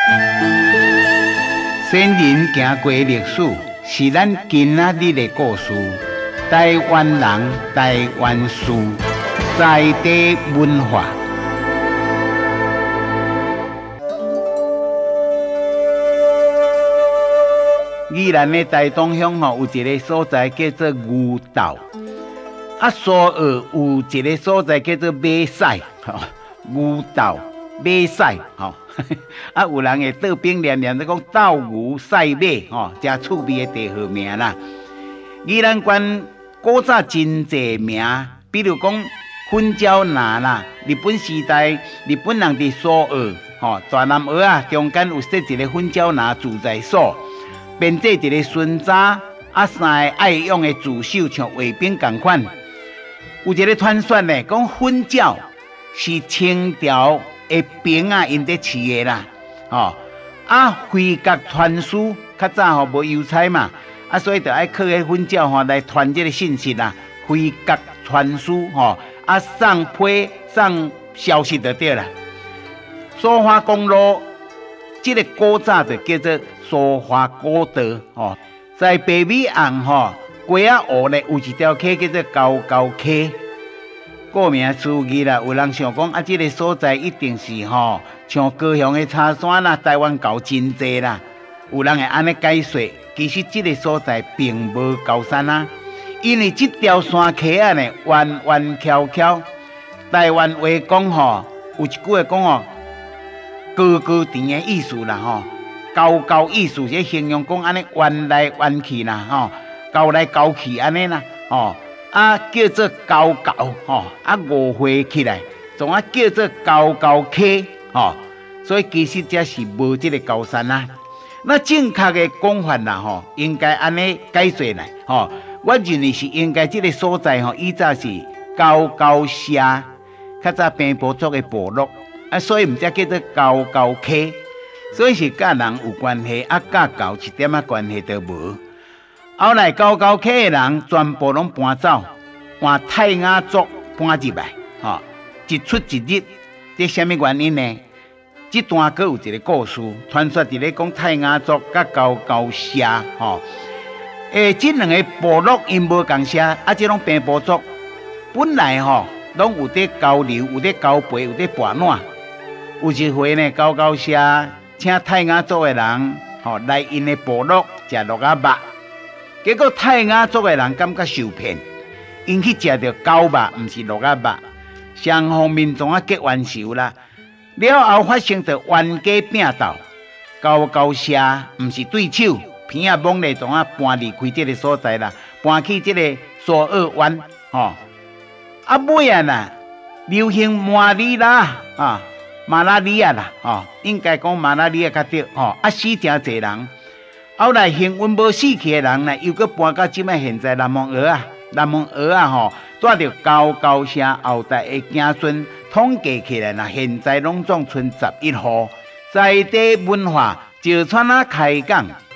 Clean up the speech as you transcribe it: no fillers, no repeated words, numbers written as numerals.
先人行过的历史，是咱今仔日的故事。台湾人，台湾事，在地文化。宜兰的台东乡有一个所在叫做牛斗，苏澳有一个所在叫做马屎，牛斗马屎，有人会倒兵连连在讲斗牛赛马，真趣味的地号名啦。宜兰县古早真济名，比如讲粉鸟拿啦，日本时代日本人伫苏澳，大南河中间有设一个粉鸟拿住宅所。编制一个巡查，三个爱用的助手像卫兵同款。有一个传说呢，讲粉鸟是清朝的兵因在饲的啦。飞鸽传书，较早无邮差嘛，所以就爱靠个粉鸟来传这个信息啦。飞鸽传书，送批送消息就对啦。苏花公路。这个古早就叫做苏花古道，在北美岸龟仔湖呢有一条溪叫做高高溪，顾名思义啦。有人想讲这个所在一定是像高雄的茶山啦、台湾高真济啦。有人会安尼解说，其实这个所在并无高山啊，因为这条山溪呢弯弯翘翘，台湾话讲有一句话讲高高甜的意思啦，高高意思是形容讲安尼弯来弯去啦，高来高去安尼啦，叫做高高，误会起来，总叫做高高溪，所以其实这是无这个高山啦。那正确的讲法啦，应该安尼解说来，我认为是应该这个所在以早是高高社，较早平埔族的部落。所以唔只叫做高高溪，所以是甲人有关系，甲狗一点关系都无。后来高高溪的人全部拢搬走，换泰雅族搬入来，一出一入，这什么原因呢？这段阁有一个故事，传说伫咧讲泰雅族甲高高社，这两个部落因无共社，这种平埔族本来拢有在交流，有在交陪，有在跋烂。有一回呢，高高社请泰雅族的人，来因的部落食鹿仔肉，结果泰雅族的人感觉受骗，因去食到狗肉，唔是鹿仔肉，双方民众结冤仇啦。了后发生着冤家拼斗，高高社唔是对手，偏猛烈总搬离开这个所在啦，搬去这个苏澳湾，尾呐，流行马里拉马拉利亚啦，应该讲马拉利亚较对，死真侪人。后来幸运无死去的人呢，又搁搬到即摆现在南蒙河带着高高社后代的子孙统计起来啦，现在拢总剩11户。在地文化，石川开讲